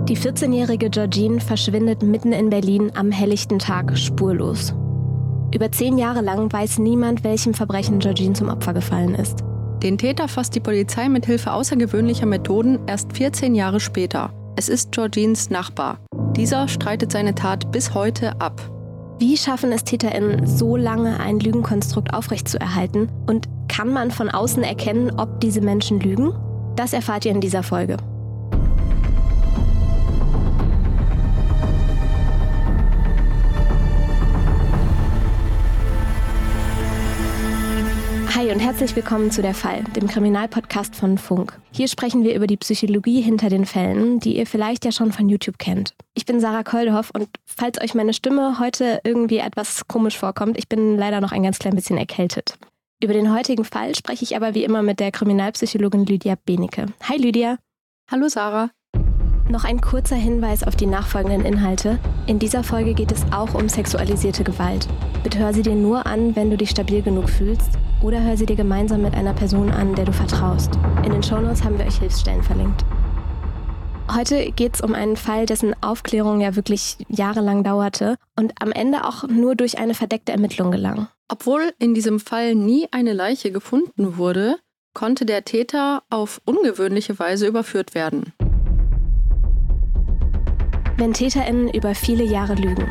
Die 14-jährige Georgine verschwindet mitten in Berlin am helllichten Tag spurlos. Über 10 Jahre lang weiß niemand, welchem Verbrechen Georgine zum Opfer gefallen ist. Den Täter fasst die Polizei mit Hilfe außergewöhnlicher Methoden erst 14 Jahre später. Es ist Georgines Nachbar. Dieser streitet seine Tat bis heute ab. Wie schaffen es TäterInnen, so lange ein Lügenkonstrukt aufrechtzuerhalten? Und kann man von außen erkennen, ob diese Menschen lügen? Das erfahrt ihr in dieser Folge. Hi und herzlich willkommen zu Der Fall, dem Kriminalpodcast von Funk. Hier sprechen wir über die Psychologie hinter den Fällen, die ihr vielleicht ja schon von YouTube kennt. Ich bin Sarah Koldehoff und falls euch meine Stimme heute irgendwie etwas komisch vorkommt, ich bin leider noch ein ganz klein bisschen erkältet. Über den heutigen Fall spreche ich aber wie immer mit der Kriminalpsychologin Lydia Benecke. Hi Lydia. Hallo Sarah. Noch ein kurzer Hinweis auf die nachfolgenden Inhalte. In dieser Folge geht es auch um sexualisierte Gewalt. Bitte hör sie dir nur an, wenn du dich stabil genug fühlst, oder hör sie dir gemeinsam mit einer Person an, der du vertraust. In den Shownotes haben wir euch Hilfsstellen verlinkt. Heute geht es um einen Fall, dessen Aufklärung ja wirklich jahrelang dauerte und am Ende auch nur durch eine verdeckte Ermittlung gelang. Obwohl in diesem Fall nie eine Leiche gefunden wurde, konnte der Täter auf ungewöhnliche Weise überführt werden. Wenn TäterInnen über viele Jahre lügen.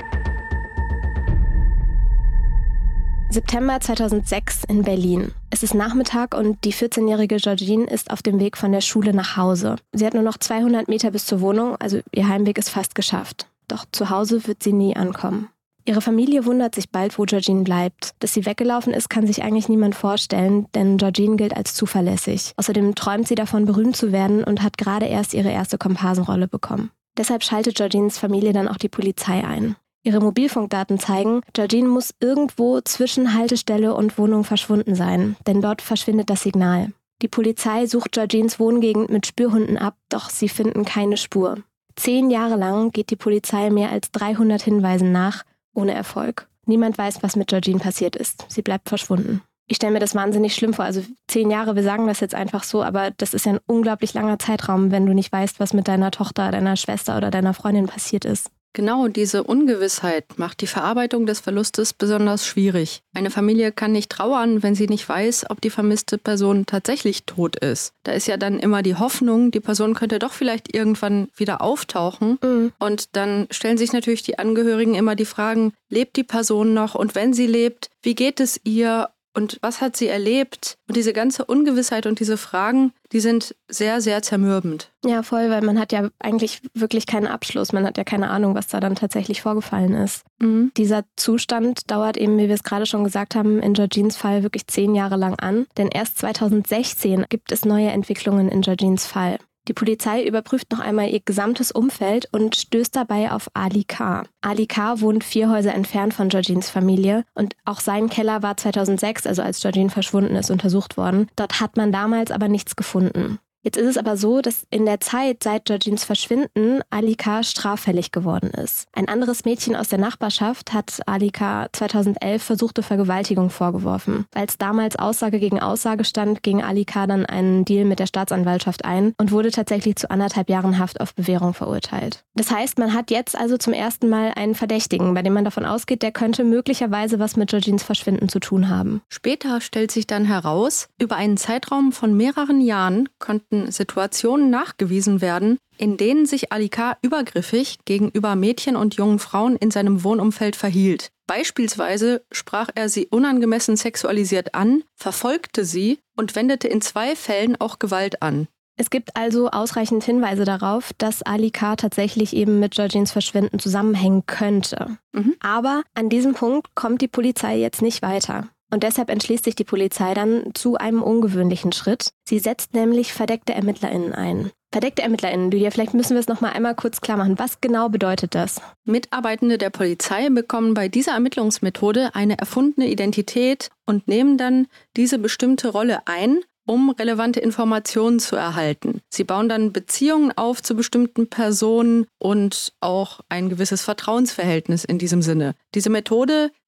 September 2006 in Berlin. Es ist Nachmittag und die 14-jährige Georgine ist auf dem Weg von der Schule nach Hause. Sie hat nur noch 200 Meter bis zur Wohnung, also ihr Heimweg ist fast geschafft. Doch zu Hause wird sie nie ankommen. Ihre Familie wundert sich bald, wo Georgine bleibt. Dass sie weggelaufen ist, kann sich eigentlich niemand vorstellen, denn Georgine gilt als zuverlässig. Außerdem träumt sie davon, berühmt zu werden und hat gerade erst ihre erste Komparsenrolle bekommen. Deshalb schaltet Georgines Familie dann auch die Polizei ein. Ihre Mobilfunkdaten zeigen, Georgine muss irgendwo zwischen Haltestelle und Wohnung verschwunden sein, denn dort verschwindet das Signal. Die Polizei sucht Georgines Wohngegend mit Spürhunden ab, doch sie finden keine Spur. 10 Jahre lang geht die Polizei mehr als 300 Hinweisen nach, ohne Erfolg. Niemand weiß, was mit Georgine passiert ist. Sie bleibt verschwunden. Ich stelle mir das wahnsinnig schlimm vor. Also 10 Jahre, wir sagen das jetzt einfach so, aber das ist ja ein unglaublich langer Zeitraum, wenn du nicht weißt, was mit deiner Tochter, deiner Schwester oder deiner Freundin passiert ist. Genau, diese Ungewissheit macht die Verarbeitung des Verlustes besonders schwierig. Eine Familie kann nicht trauern, wenn sie nicht weiß, ob die vermisste Person tatsächlich tot ist. Da ist ja dann immer die Hoffnung, die Person könnte doch vielleicht irgendwann wieder auftauchen. Und dann stellen sich natürlich die Angehörigen immer die Fragen, lebt die Person noch? Und wenn sie lebt, wie geht es ihr? Und was hat sie erlebt? Und diese ganze Ungewissheit und diese Fragen, die sind sehr, sehr zermürbend. Ja, voll, weil man hat ja eigentlich wirklich keinen Abschluss. Man hat ja keine Ahnung, was da dann tatsächlich vorgefallen ist. Dieser Zustand dauert eben, wie wir es gerade schon gesagt haben, in Georgines Fall wirklich 10 Jahre lang an. Denn erst 2016 gibt es neue Entwicklungen in Georgines Fall. Die Polizei überprüft noch einmal ihr gesamtes Umfeld und stößt dabei auf Ali K. Ali K. wohnt 4 Häuser entfernt von Georgines Familie und auch sein Keller war 2006, also als Georgine verschwunden ist, untersucht worden. Dort hat man damals aber nichts gefunden. Jetzt ist es aber so, dass in der Zeit seit Georgines Verschwinden Ali K. straffällig geworden ist. Ein anderes Mädchen aus der Nachbarschaft hat Ali K. 2011 versuchte Vergewaltigung vorgeworfen. Weil es damals Aussage gegen Aussage stand, ging Ali K. dann einen Deal mit der Staatsanwaltschaft ein und wurde tatsächlich zu 1,5 Jahren Haft auf Bewährung verurteilt. Das heißt, man hat jetzt also zum ersten Mal einen Verdächtigen, bei dem man davon ausgeht, der könnte möglicherweise was mit Georgines Verschwinden zu tun haben. Später stellt sich dann heraus, über einen Zeitraum von mehreren Jahren konnten Situationen nachgewiesen werden, in denen sich Ali K. übergriffig gegenüber Mädchen und jungen Frauen in seinem Wohnumfeld verhielt. Beispielsweise sprach er sie unangemessen sexualisiert an, verfolgte sie und wendete in 2 Fällen auch Gewalt an. Es gibt also ausreichend Hinweise darauf, dass Ali K. tatsächlich eben mit Georgines Verschwinden zusammenhängen könnte. Aber an diesem Punkt kommt die Polizei jetzt nicht weiter. Und deshalb entschließt sich die Polizei dann zu einem ungewöhnlichen Schritt. Sie setzt nämlich verdeckte ErmittlerInnen ein. Verdeckte ErmittlerInnen, Lydia, vielleicht müssen wir es noch mal einmal kurz klar machen. Was genau bedeutet das? Mitarbeitende der Polizei bekommen bei dieser Ermittlungsmethode eine erfundene Identität und nehmen dann diese bestimmte Rolle ein, um relevante Informationen zu erhalten. Sie bauen dann Beziehungen auf zu bestimmten Personen und auch ein gewisses Vertrauensverhältnis in diesem Sinne. Diese Methode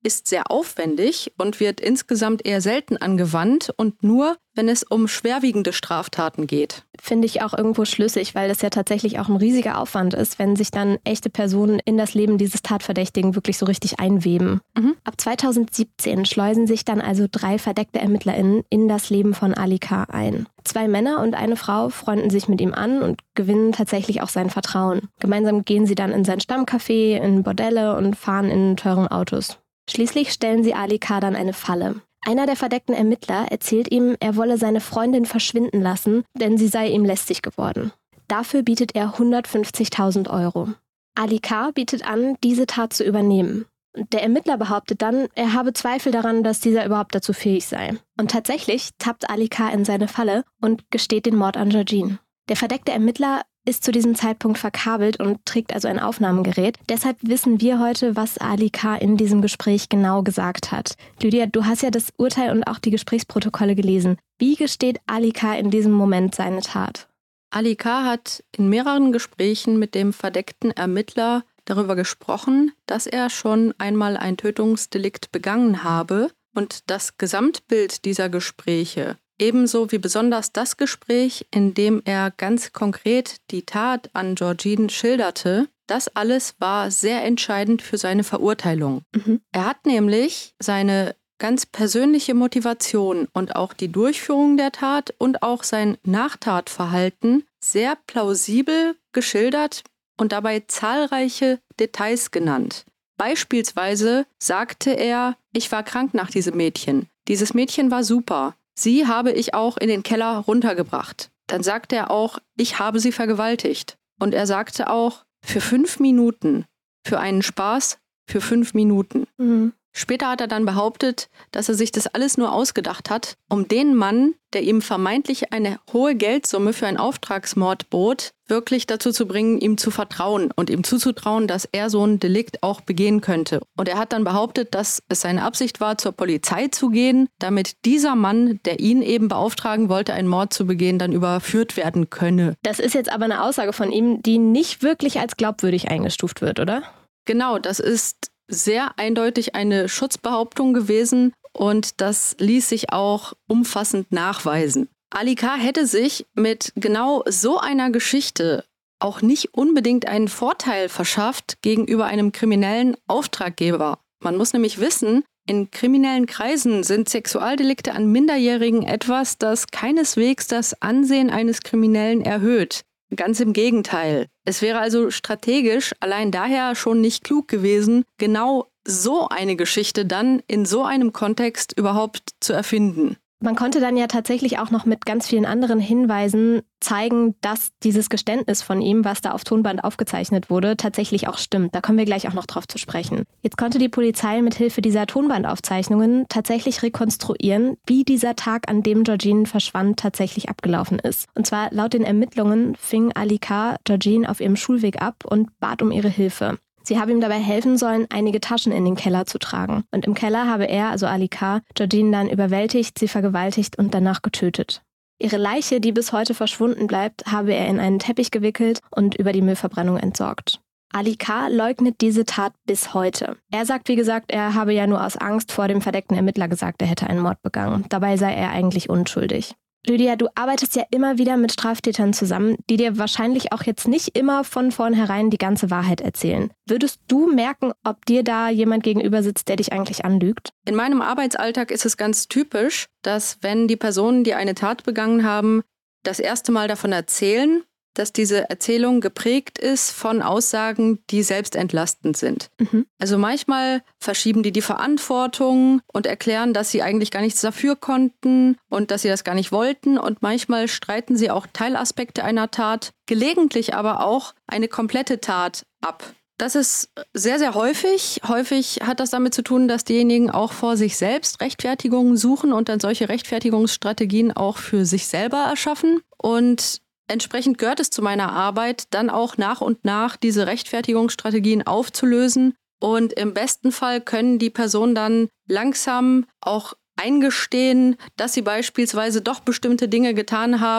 ist sehr aufwendig und wird insgesamt eher selten angewandt und nur, wenn es um schwerwiegende Straftaten geht. Finde ich auch irgendwo schlüssig, weil das ja tatsächlich auch ein riesiger Aufwand ist, wenn sich dann echte Personen in das Leben dieses Tatverdächtigen wirklich so richtig einweben. Ab 2017 schleusen sich dann also 3 verdeckte ErmittlerInnen in das Leben von Ali K. ein. 2 Männer und eine Frau freunden sich mit ihm an und gewinnen tatsächlich auch sein Vertrauen. Gemeinsam gehen sie dann in sein Stammcafé, in Bordelle und fahren in teuren Autos. Schließlich stellen sie Ali K. dann eine Falle. Einer der verdeckten Ermittler erzählt ihm, er wolle seine Freundin verschwinden lassen, denn sie sei ihm lästig geworden. Dafür bietet er 150.000 Euro. Ali K. bietet an, diese Tat zu übernehmen. Der Ermittler behauptet dann, er habe Zweifel daran, dass dieser überhaupt dazu fähig sei. Und tatsächlich tappt Ali K. in seine Falle und gesteht den Mord an Georgine. Der verdeckte Ermittler ist zu diesem Zeitpunkt verkabelt und trägt also ein Aufnahmegerät. Deshalb wissen wir heute, was Ali K. in diesem Gespräch genau gesagt hat. Lydia, du hast ja das Urteil und auch die Gesprächsprotokolle gelesen. Wie gesteht Ali K. in diesem Moment seine Tat? Ali K. hat in mehreren Gesprächen mit dem verdeckten Ermittler darüber gesprochen, dass er schon einmal ein Tötungsdelikt begangen habe. Und das Gesamtbild dieser Gespräche, ebenso wie besonders das Gespräch, in dem er ganz konkret die Tat an Georgine schilderte, das alles war sehr entscheidend für seine Verurteilung. Er hat nämlich seine ganz persönliche Motivation und auch die Durchführung der Tat und auch sein Nachtatverhalten sehr plausibel geschildert und dabei zahlreiche Details genannt. Beispielsweise sagte er, ich war krank nach diesem Mädchen. Dieses Mädchen war super. Sie habe ich auch in den Keller runtergebracht. Dann sagte er auch, ich habe sie vergewaltigt. Und er sagte auch, für 5 Minuten, für einen Spaß, für 5 Minuten. Später hat er dann behauptet, dass er sich das alles nur ausgedacht hat, um den Mann, der ihm vermeintlich eine hohe Geldsumme für einen Auftragsmord bot, wirklich dazu zu bringen, ihm zu vertrauen und ihm zuzutrauen, dass er so ein Delikt auch begehen könnte. Und er hat dann behauptet, dass es seine Absicht war, zur Polizei zu gehen, damit dieser Mann, der ihn eben beauftragen wollte, einen Mord zu begehen, dann überführt werden könne. Das ist jetzt aber eine Aussage von ihm, die nicht wirklich als glaubwürdig eingestuft wird, oder? Genau, das ist sehr eindeutig eine Schutzbehauptung gewesen und das ließ sich auch umfassend nachweisen. Ali K. hätte sich mit genau so einer Geschichte auch nicht unbedingt einen Vorteil verschafft gegenüber einem kriminellen Auftraggeber. Man muss nämlich wissen, in kriminellen Kreisen sind Sexualdelikte an Minderjährigen etwas, das keineswegs das Ansehen eines Kriminellen erhöht. Ganz im Gegenteil. Es wäre also strategisch allein daher schon nicht klug gewesen, genau so eine Geschichte dann in so einem Kontext überhaupt zu erfinden. Man konnte dann ja tatsächlich auch noch mit ganz vielen anderen Hinweisen zeigen, dass dieses Geständnis von ihm, was da auf Tonband aufgezeichnet wurde, tatsächlich auch stimmt. Da kommen wir gleich auch noch drauf zu sprechen. Jetzt konnte die Polizei mit Hilfe dieser Tonbandaufzeichnungen tatsächlich rekonstruieren, wie dieser Tag, an dem Georgine verschwand, tatsächlich abgelaufen ist. Und zwar laut den Ermittlungen fing Ali K. Georgine auf ihrem Schulweg ab und bat um ihre Hilfe. Sie habe ihm dabei helfen sollen, einige Taschen in den Keller zu tragen. Und im Keller habe er, also Ali K., Georgine dann überwältigt, sie vergewaltigt und danach getötet. Ihre Leiche, die bis heute verschwunden bleibt, habe er in einen Teppich gewickelt und über die Müllverbrennung entsorgt. Ali K. leugnet diese Tat bis heute. Er sagt, wie gesagt, er habe ja nur aus Angst vor dem verdeckten Ermittler gesagt, er hätte einen Mord begangen. Dabei sei er eigentlich unschuldig. Lydia, du arbeitest ja immer wieder mit Straftätern zusammen, die dir wahrscheinlich auch jetzt nicht immer von vornherein die ganze Wahrheit erzählen. Würdest du merken, ob dir da jemand gegenüber sitzt, der dich eigentlich anlügt? In meinem Arbeitsalltag ist es ganz typisch, dass wenn die Personen, die eine Tat begangen haben, das erste Mal davon erzählen, dass diese Erzählung geprägt ist von Aussagen, die selbstentlastend sind. Also manchmal verschieben die Verantwortung und erklären, dass sie eigentlich gar nichts dafür konnten und dass sie das gar nicht wollten. Und manchmal streiten sie auch Teilaspekte einer Tat, gelegentlich aber auch eine komplette Tat ab. Das ist sehr, sehr häufig. Häufig hat das damit zu tun, dass diejenigen auch vor sich selbst Rechtfertigungen suchen und dann solche Rechtfertigungsstrategien auch für sich selber erschaffen. Und entsprechend gehört es zu meiner Arbeit, dann auch nach und nach diese Rechtfertigungsstrategien aufzulösen. Und im besten Fall können die Personen dann langsam auch eingestehen, dass sie beispielsweise doch bestimmte Dinge getan haben,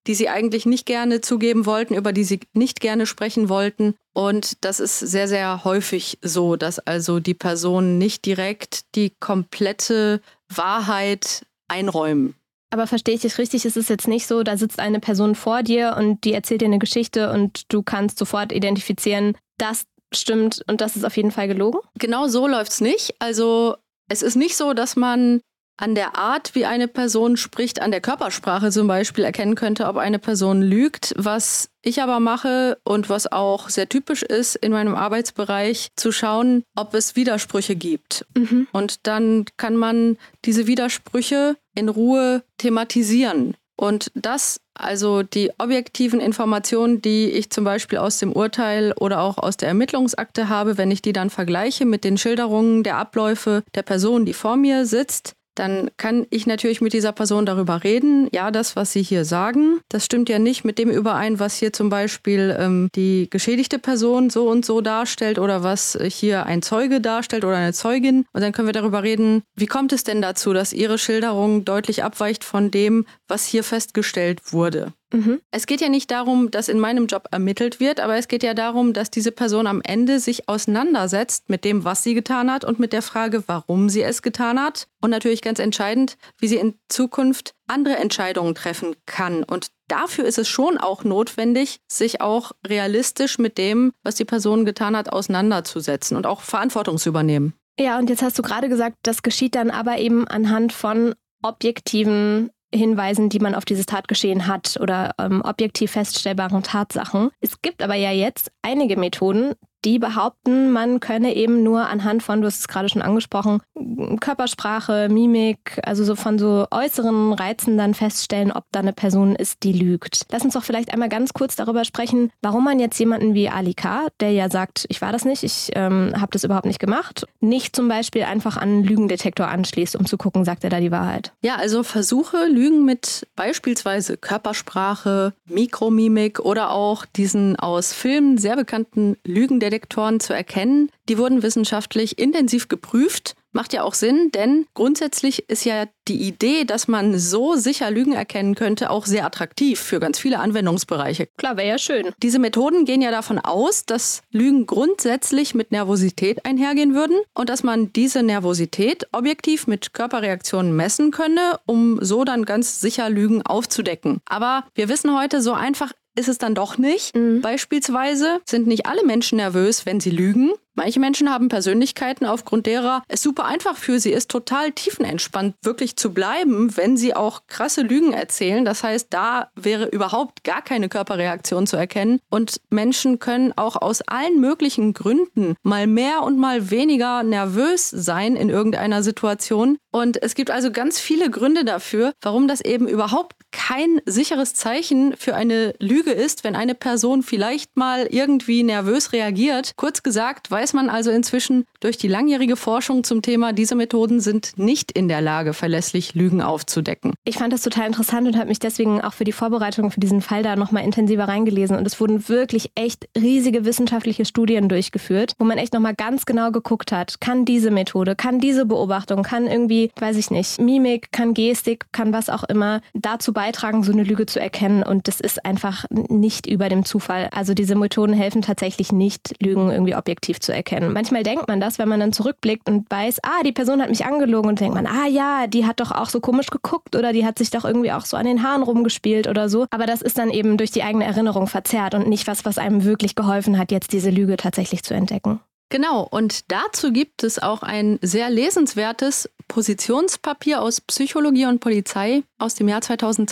die sie eigentlich nicht gerne zugeben wollten, über die sie nicht gerne sprechen wollten. Und das ist sehr, sehr häufig so, dass also die Personen nicht direkt die komplette Wahrheit einräumen. Aber verstehe ich dich richtig, es ist jetzt nicht so, da sitzt eine Person vor dir und die erzählt dir eine Geschichte und du kannst sofort identifizieren, das stimmt und das ist auf jeden Fall gelogen? Genau so läuft's nicht. Also es ist nicht so, dass man an der Art, wie eine Person spricht, an der Körpersprache zum Beispiel erkennen könnte, ob eine Person lügt. Was ich aber mache und was auch sehr typisch ist in meinem Arbeitsbereich, zu schauen, ob es Widersprüche gibt. Und dann kann man diese Widersprüche in Ruhe thematisieren. Und das, also die objektiven Informationen, die ich zum Beispiel aus dem Urteil oder auch aus der Ermittlungsakte habe, wenn ich die dann vergleiche mit den Schilderungen der Abläufe der Person, die vor mir sitzt, dann kann ich natürlich mit dieser Person darüber reden. Ja, das, was Sie hier sagen, das stimmt ja nicht mit dem überein, was hier zum Beispiel die geschädigte Person so und so darstellt oder was hier ein Zeuge darstellt oder eine Zeugin. Und dann können wir darüber reden, wie kommt es denn dazu, dass Ihre Schilderung deutlich abweicht von dem, was hier festgestellt wurde. Es geht ja nicht darum, dass in meinem Job ermittelt wird, aber es geht ja darum, dass diese Person am Ende sich auseinandersetzt mit dem, was sie getan hat und mit der Frage, warum sie es getan hat. Und natürlich ganz entscheidend, wie sie in Zukunft andere Entscheidungen treffen kann. Und dafür ist es schon auch notwendig, sich auch realistisch mit dem, was die Person getan hat, auseinanderzusetzen und auch Verantwortung zu übernehmen. Ja, und jetzt hast du gerade gesagt, das geschieht dann aber eben anhand von objektiven Hinweisen, die man auf dieses Tatgeschehen hat oder objektiv feststellbaren Tatsachen. Es gibt aber ja jetzt einige Methoden, die behaupten, man könne eben nur anhand von, du hast es gerade schon angesprochen, Körpersprache, Mimik, also so von so äußeren Reizen dann feststellen, ob da eine Person ist, die lügt. Lass uns doch vielleicht einmal ganz kurz darüber sprechen, warum man jetzt jemanden wie Ali K., der ja sagt, ich war das nicht, ich habe das überhaupt nicht gemacht, nicht zum Beispiel einfach an einen Lügendetektor anschließt, um zu gucken, sagt er da die Wahrheit. Ja, also versuche Lügen mit beispielsweise Körpersprache, Mikromimik oder auch diesen aus Filmen sehr bekannten Lügendetektoren zu erkennen. Die wurden wissenschaftlich intensiv geprüft. Macht ja auch Sinn, denn grundsätzlich ist ja die Idee, dass man so sicher Lügen erkennen könnte, auch sehr attraktiv für ganz viele Anwendungsbereiche. Klar, wäre ja schön. Diese Methoden gehen ja davon aus, dass Lügen grundsätzlich mit Nervosität einhergehen würden und dass man diese Nervosität objektiv mit Körperreaktionen messen könne, um so dann ganz sicher Lügen aufzudecken. Aber wir wissen heute, so einfach ist es dann doch nicht. Beispielsweise sind nicht alle Menschen nervös, wenn sie lügen. Manche Menschen haben Persönlichkeiten, aufgrund derer es super einfach für sie ist, total tiefenentspannt wirklich zu bleiben, wenn sie auch krasse Lügen erzählen. Das heißt, da wäre überhaupt gar keine Körperreaktion zu erkennen. Und Menschen können auch aus allen möglichen Gründen mal mehr und mal weniger nervös sein in irgendeiner Situation. Und es gibt also ganz viele Gründe dafür, warum das eben überhaupt kein sicheres Zeichen für eine Lüge ist, wenn eine Person vielleicht mal irgendwie nervös reagiert. Kurz gesagt, weiß man also inzwischen durch die langjährige Forschung zum Thema, diese Methoden sind nicht in der Lage, verlässlich Lügen aufzudecken. Ich fand das total interessant und habe mich deswegen auch für die Vorbereitung für diesen Fall da nochmal intensiver reingelesen. Und es wurden wirklich echt riesige wissenschaftliche Studien durchgeführt, wo man echt nochmal ganz genau geguckt hat, kann diese Methode, kann diese Beobachtung, kann irgendwie, weiß ich nicht, Mimik, kann Gestik, kann was auch immer dazu beitragen, so eine Lüge zu erkennen. Und das ist einfach nicht über dem Zufall. Also diese Methoden helfen tatsächlich nicht, Lügen irgendwie objektiv zu erkennen. Manchmal denkt man das, wenn man dann zurückblickt und weiß, die Person hat mich angelogen und denkt man, ja, die hat doch auch so komisch geguckt oder die hat sich doch irgendwie auch so an den Haaren rumgespielt oder so. Aber das ist dann eben durch die eigene Erinnerung verzerrt und nicht was einem wirklich geholfen hat, jetzt diese Lüge tatsächlich zu entdecken. Genau, und dazu gibt es auch ein sehr lesenswertes Positionspapier aus Psychologie und Polizei aus dem Jahr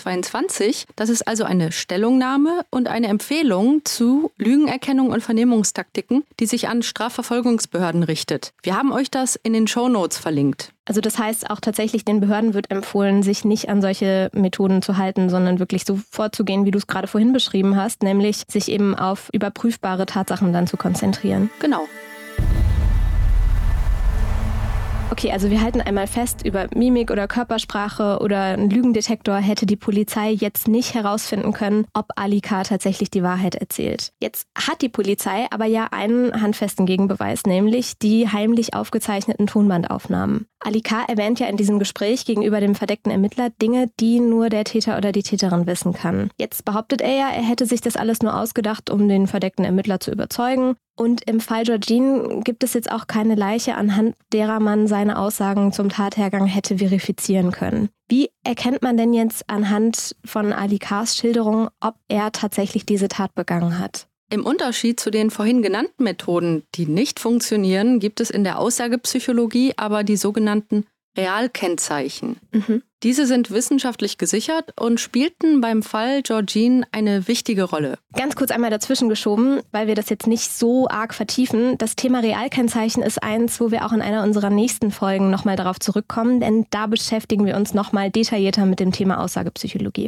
2022. Das ist also eine Stellungnahme und eine Empfehlung zu Lügenerkennung und Vernehmungstaktiken, die sich an Strafverfolgungsbehörden richtet. Wir haben euch das in den Shownotes verlinkt. Also das heißt auch tatsächlich, den Behörden wird empfohlen, sich nicht an solche Methoden zu halten, sondern wirklich so vorzugehen, wie du es gerade vorhin beschrieben hast, nämlich sich eben auf überprüfbare Tatsachen dann zu konzentrieren. Genau. Okay, also wir halten einmal fest, über Mimik oder Körpersprache oder einen Lügendetektor hätte die Polizei jetzt nicht herausfinden können, ob Ali K. tatsächlich die Wahrheit erzählt. Jetzt hat die Polizei aber ja einen handfesten Gegenbeweis, nämlich die heimlich aufgezeichneten Tonbandaufnahmen. Ali K. erwähnt ja in diesem Gespräch gegenüber dem verdeckten Ermittler Dinge, die nur der Täter oder die Täterin wissen kann. Jetzt behauptet er ja, er hätte sich das alles nur ausgedacht, um den verdeckten Ermittler zu überzeugen. Und im Fall Georgine gibt es jetzt auch keine Leiche, anhand derer man seine Aussagen zum Tathergang hätte verifizieren können. Wie erkennt man denn jetzt anhand von Ali K.'s Schilderung, ob er tatsächlich diese Tat begangen hat? Im Unterschied zu den vorhin genannten Methoden, die nicht funktionieren, gibt es in der Aussagepsychologie aber die sogenannten Realkennzeichen. Diese sind wissenschaftlich gesichert und spielten beim Fall Georgine eine wichtige Rolle. Ganz kurz einmal dazwischen geschoben, weil wir das jetzt nicht so arg vertiefen. Das Thema Realkennzeichen ist eins, wo wir auch in einer unserer nächsten Folgen nochmal darauf zurückkommen, denn da beschäftigen wir uns nochmal detaillierter mit dem Thema Aussagepsychologie.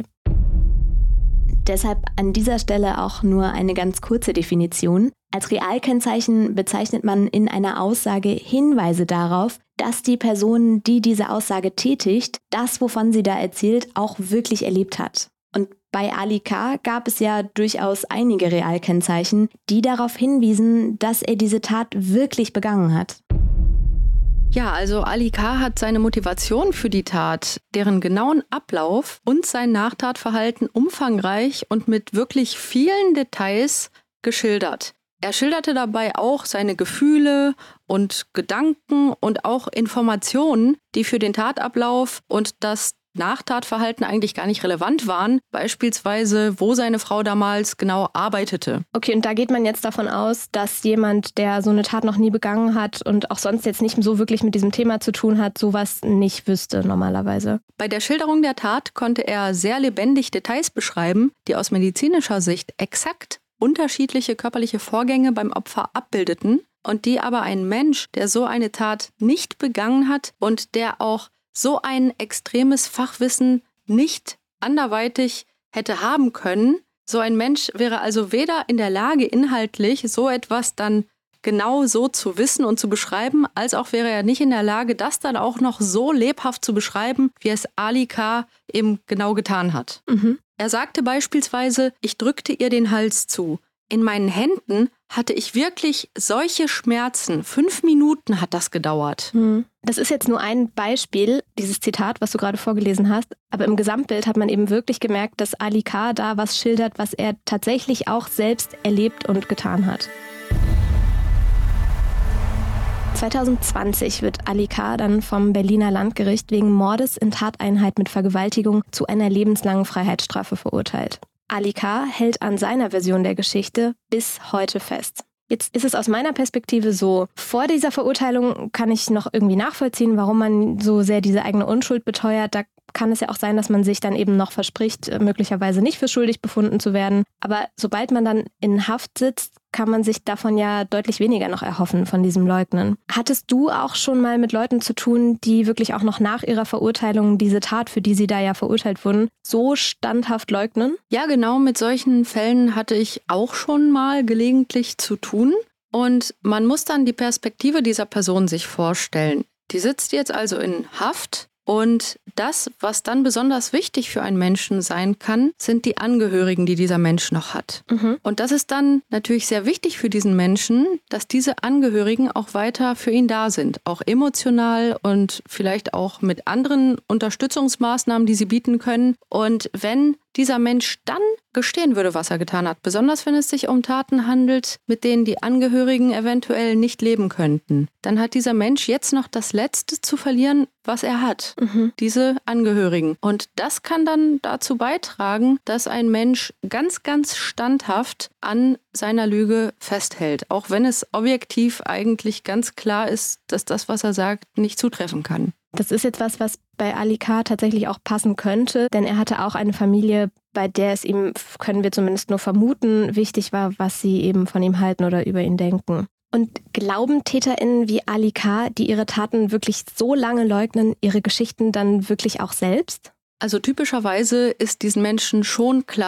Deshalb an dieser Stelle auch nur eine ganz kurze Definition. Als Realkennzeichen bezeichnet man in einer Aussage Hinweise darauf, dass die Person, die diese Aussage tätigt, das, wovon sie da erzählt, auch wirklich erlebt hat. Und bei Ali K. gab es ja durchaus einige Realkennzeichen, die darauf hinwiesen, dass er diese Tat wirklich begangen hat. Ja, also Ali K. hat seine Motivation für die Tat, deren genauen Ablauf und sein Nachtatverhalten umfangreich und mit wirklich vielen Details geschildert. Er schilderte dabei auch seine Gefühle und Gedanken und auch Informationen, die für den Tatablauf und das Nachtatverhalten eigentlich gar nicht relevant waren, beispielsweise, wo seine Frau damals genau arbeitete. Okay, und da geht man jetzt davon aus, dass jemand, der so eine Tat noch nie begangen hat und auch sonst jetzt nicht so wirklich mit diesem Thema zu tun hat, sowas nicht wüsste normalerweise. Bei der Schilderung der Tat konnte er sehr lebendig Details beschreiben, die aus medizinischer Sicht exakt unterschiedliche körperliche Vorgänge beim Opfer abbildeten und die aber ein Mensch, der so eine Tat nicht begangen hat und der auch so ein extremes Fachwissen nicht anderweitig hätte haben können. So ein Mensch wäre also weder in der Lage, inhaltlich so etwas dann genau so zu wissen und zu beschreiben, als auch wäre er nicht in der Lage, das dann auch noch so lebhaft zu beschreiben, wie es Ali K. eben genau getan hat. Er sagte beispielsweise, ich drückte ihr den Hals zu. In meinen Händen hatte ich wirklich solche Schmerzen. 5 Minuten hat das gedauert. Das ist jetzt nur ein Beispiel, dieses Zitat, was du gerade vorgelesen hast. Aber im Gesamtbild hat man eben wirklich gemerkt, dass Ali K. da was schildert, was er tatsächlich auch selbst erlebt und getan hat. 2020 wird Ali K. dann vom Berliner Landgericht wegen Mordes in Tateinheit mit Vergewaltigung zu einer lebenslangen Freiheitsstrafe verurteilt. Ali K. hält an seiner Version der Geschichte bis heute fest. Jetzt ist es aus meiner Perspektive so, vor dieser Verurteilung kann ich noch irgendwie nachvollziehen, warum man so sehr diese eigene Unschuld beteuert. Da kann es ja auch sein, dass man sich dann eben noch verspricht, möglicherweise nicht für schuldig befunden zu werden. Aber sobald man dann in Haft sitzt, kann man sich davon ja deutlich weniger noch erhoffen, von diesem Leugnen. Hattest du auch schon mal mit Leuten zu tun, die wirklich auch noch nach ihrer Verurteilung diese Tat, für die sie da ja verurteilt wurden, so standhaft leugnen? Ja, genau, mit solchen Fällen hatte ich auch schon mal gelegentlich zu tun. Und man muss dann die Perspektive dieser Person sich vorstellen. Die sitzt jetzt also in Haft. Und das, was dann besonders wichtig für einen Menschen sein kann, sind die Angehörigen, die dieser Mensch noch hat. Und das ist dann natürlich sehr wichtig für diesen Menschen, dass diese Angehörigen auch weiter für ihn da sind. Auch emotional und vielleicht auch mit anderen Unterstützungsmaßnahmen, die sie bieten können. Und wenn dieser Mensch dann gestehen würde, was er getan hat, besonders wenn es sich um Taten handelt, mit denen die Angehörigen eventuell nicht leben könnten, dann hat dieser Mensch jetzt noch das Letzte zu verlieren, was er hat, diese Angehörigen. Und das kann dann dazu beitragen, dass ein Mensch ganz, ganz standhaft an seiner Lüge festhält, auch wenn es objektiv eigentlich ganz klar ist, dass das, was er sagt, nicht zutreffen kann. Das ist jetzt was bei Ali K. tatsächlich auch passen könnte, denn er hatte auch eine Familie, bei der es ihm, können wir zumindest nur vermuten, wichtig war, was sie eben von ihm halten oder über ihn denken. Und glauben TäterInnen wie Ali K., die ihre Taten wirklich so lange leugnen, ihre Geschichten dann wirklich auch selbst? Also typischerweise ist diesen Menschen schon klar,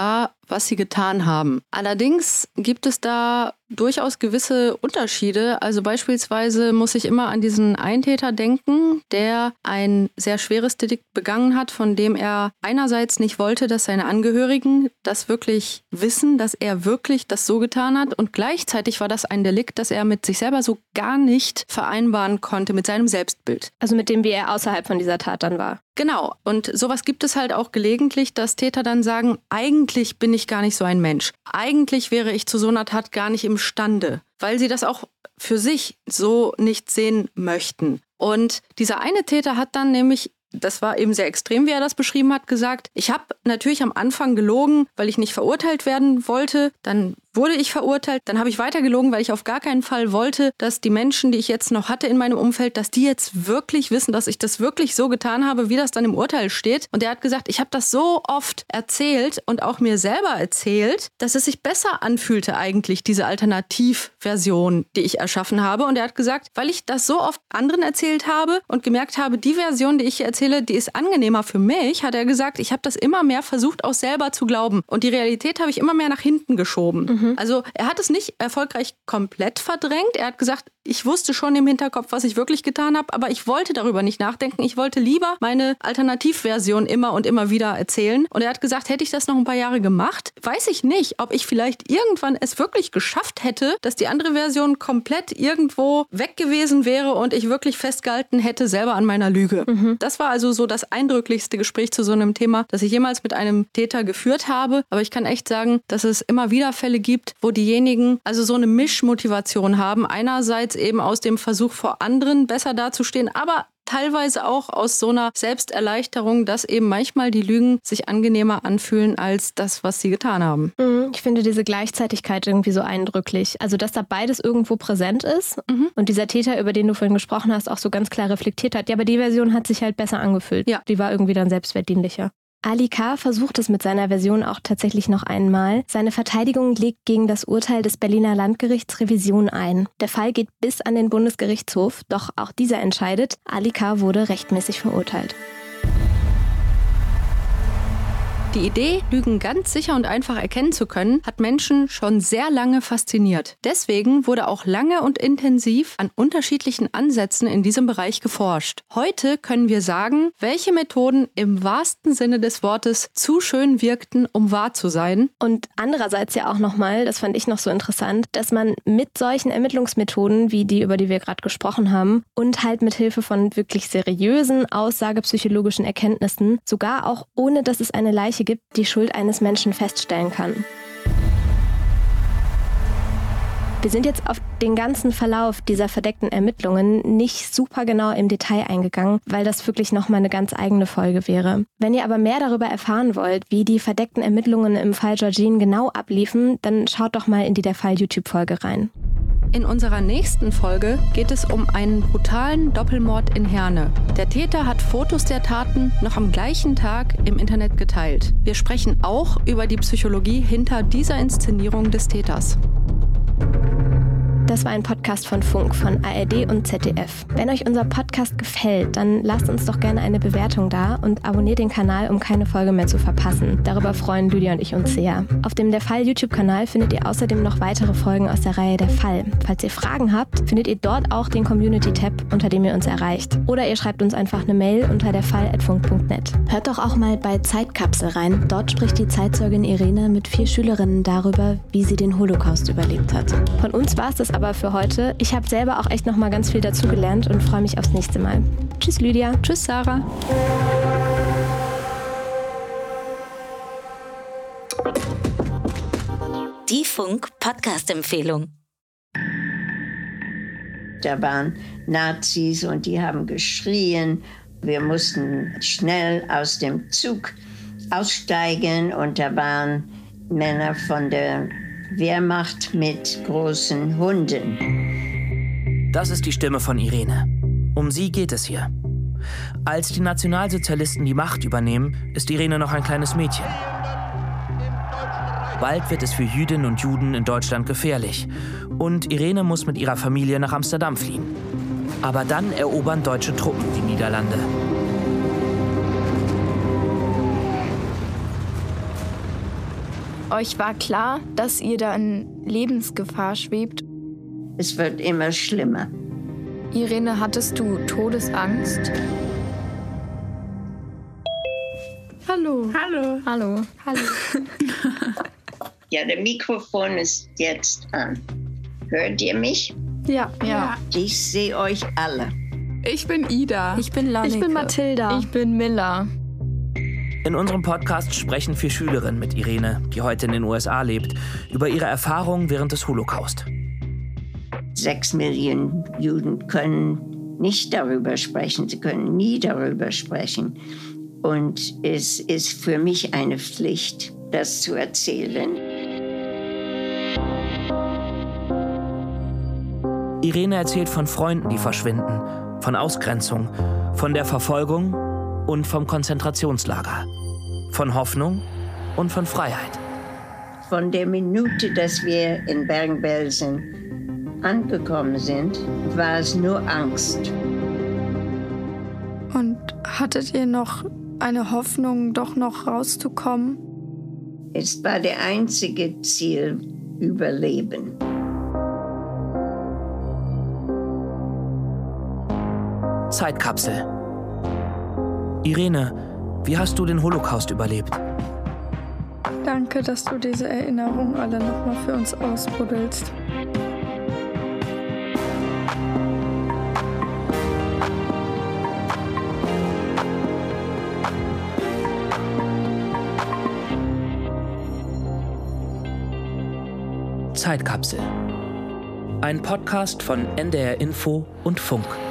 was sie getan haben. Allerdings gibt es da durchaus gewisse Unterschiede. Also beispielsweise muss ich immer an diesen Eintäter denken, der ein sehr schweres Delikt begangen hat, von dem er einerseits nicht wollte, dass seine Angehörigen das wirklich wissen, dass er wirklich das so getan hat. Und gleichzeitig war das ein Delikt, das er mit sich selber so gar nicht vereinbaren konnte, mit seinem Selbstbild. Also mit dem, wie er außerhalb von dieser Tat dann war. Genau. Und sowas gibt es halt auch gelegentlich, dass Täter dann sagen, eigentlich bin ich gar nicht so ein Mensch. Eigentlich wäre ich zu so einer Tat gar nicht imstande, weil sie das auch für sich so nicht sehen möchten. Und dieser eine Täter hat dann nämlich, das war eben sehr extrem, wie er das beschrieben hat, gesagt, ich habe natürlich am Anfang gelogen, weil ich nicht verurteilt werden wollte. Dann wurde ich verurteilt. Dann habe ich weiter gelogen, weil ich auf gar keinen Fall wollte, dass die Menschen, die ich jetzt noch hatte in meinem Umfeld, dass die jetzt wirklich wissen, dass ich das wirklich so getan habe, wie das dann im Urteil steht. Und er hat gesagt, ich habe das so oft erzählt und auch mir selber erzählt, dass es sich besser anfühlte eigentlich, diese Alternativversion, die ich erschaffen habe. Und er hat gesagt, weil ich das so oft anderen erzählt habe und gemerkt habe, die Version, die ich erzähle, die ist angenehmer für mich, hat er gesagt, ich habe das immer mehr versucht, auch selber zu glauben. Und die Realität habe ich immer mehr nach hinten geschoben. Also er hat es nicht erfolgreich komplett verdrängt. Er hat gesagt, ich wusste schon im Hinterkopf, was ich wirklich getan habe, aber ich wollte darüber nicht nachdenken. Ich wollte lieber meine Alternativversion immer und immer wieder erzählen. Und er hat gesagt, hätte ich das noch ein paar Jahre gemacht, weiß ich nicht, ob ich vielleicht irgendwann es wirklich geschafft hätte, dass die andere Version komplett irgendwo weg gewesen wäre und ich wirklich festgehalten hätte selber an meiner Lüge. Das war also so das eindrücklichste Gespräch zu so einem Thema, das ich jemals mit einem Täter geführt habe. Aber ich kann echt sagen, dass es immer wieder Fälle gibt, wo diejenigen also so eine Mischmotivation haben. Einerseits eben aus dem Versuch, vor anderen besser dazustehen, aber teilweise auch aus so einer Selbsterleichterung, dass eben manchmal die Lügen sich angenehmer anfühlen als das, was sie getan haben. Ich finde diese Gleichzeitigkeit irgendwie so eindrücklich. Also, dass da beides irgendwo präsent ist und dieser Täter, über den du vorhin gesprochen hast, auch so ganz klar reflektiert hat. Ja, aber die Version hat sich halt besser angefühlt. Ja. Die war irgendwie dann selbstwertdienlicher. Ali K. versucht es mit seiner Version auch tatsächlich noch einmal. Seine Verteidigung legt gegen das Urteil des Berliner Landgerichts Revision ein. Der Fall geht bis an den Bundesgerichtshof, doch auch dieser entscheidet, Ali K. wurde rechtmäßig verurteilt. Die Idee, Lügen ganz sicher und einfach erkennen zu können, hat Menschen schon sehr lange fasziniert. Deswegen wurde auch lange und intensiv an unterschiedlichen Ansätzen in diesem Bereich geforscht. Heute können wir sagen, welche Methoden im wahrsten Sinne des Wortes zu schön wirkten, um wahr zu sein. Und andererseits ja auch nochmal, das fand ich noch so interessant, dass man mit solchen Ermittlungsmethoden, wie die, über die wir gerade gesprochen haben, und halt mit Hilfe von wirklich seriösen, aussagepsychologischen Erkenntnissen, sogar auch ohne, dass es eine Leiche gibt, die Schuld eines Menschen feststellen kann. Wir sind jetzt auf den ganzen Verlauf dieser verdeckten Ermittlungen nicht super genau im Detail eingegangen, weil das wirklich nochmal eine ganz eigene Folge wäre. Wenn ihr aber mehr darüber erfahren wollt, wie die verdeckten Ermittlungen im Fall Georgine genau abliefen, dann schaut doch mal in die Der Fall-YouTube-Folge rein. In unserer nächsten Folge geht es um einen brutalen Doppelmord in Herne. Der Täter hat Fotos der Taten noch am gleichen Tag im Internet geteilt. Wir sprechen auch über die Psychologie hinter dieser Inszenierung des Täters. Das war ein Podcast von Funk, von ARD und ZDF. Wenn euch unser Podcast gefällt, dann lasst uns doch gerne eine Bewertung da und abonniert den Kanal, um keine Folge mehr zu verpassen. Darüber freuen Lydia und ich uns sehr. Auf dem Der Fall YouTube-Kanal findet ihr außerdem noch weitere Folgen aus der Reihe Der Fall. Falls ihr Fragen habt, findet ihr dort auch den Community-Tab, unter dem ihr uns erreicht. Oder ihr schreibt uns einfach eine Mail unter derfall@funk.net. Hört doch auch mal bei Zeitkapsel rein. Dort spricht die Zeitzeugin Irene mit 4 Schülerinnen darüber, wie sie den Holocaust überlebt hat. Von uns war es das aber für heute. Ich habe selber auch echt noch mal ganz viel dazugelernt und freue mich aufs nächste Mal. Tschüss Lydia. Tschüss Sarah. Die Funk-Podcast-Empfehlung. Da waren Nazis und die haben geschrien. Wir mussten schnell aus dem Zug aussteigen und da waren Männer von der Wehrmacht mit großen Hunden. Das ist die Stimme von Irene. Um sie geht es hier. Als die Nationalsozialisten die Macht übernehmen, ist Irene noch ein kleines Mädchen. Bald wird es für Jüdinnen und Juden in Deutschland gefährlich. Und Irene muss mit ihrer Familie nach Amsterdam fliehen. Aber dann erobern deutsche Truppen die Niederlande. Euch war klar, dass ihr da in Lebensgefahr schwebt? Es wird immer schlimmer. Irene, hattest du Todesangst? Hallo. Hallo. Hallo. Hallo. Ja, der Mikrofon ist jetzt an. Hört ihr mich? Ja. Ich sehe euch alle. Ich bin Ida. Ich bin Lanneke. Ich bin Mathilda. Ich bin Milla. In unserem Podcast sprechen 4 Schülerinnen mit Irene, die heute in den USA lebt, über ihre Erfahrungen während des Holocaust. 6 Millionen Juden können nicht darüber sprechen. Sie können nie darüber sprechen. Und es ist für mich eine Pflicht, das zu erzählen. Irene erzählt von Freunden, die verschwinden, von Ausgrenzung, von der Verfolgung und vom Konzentrationslager, von Hoffnung und von Freiheit. Von der Minute, dass wir in Bergen-Belsen angekommen sind, war es nur Angst. Und hattet ihr noch eine Hoffnung, doch noch rauszukommen? Es war der einzige Ziel, Überleben. Zeitkapsel. Irene, wie hast du den Holocaust überlebt? Danke, dass du diese Erinnerungen alle nochmal für uns ausbuddelst. Zeitkapsel. Ein Podcast von NDR Info und Funk.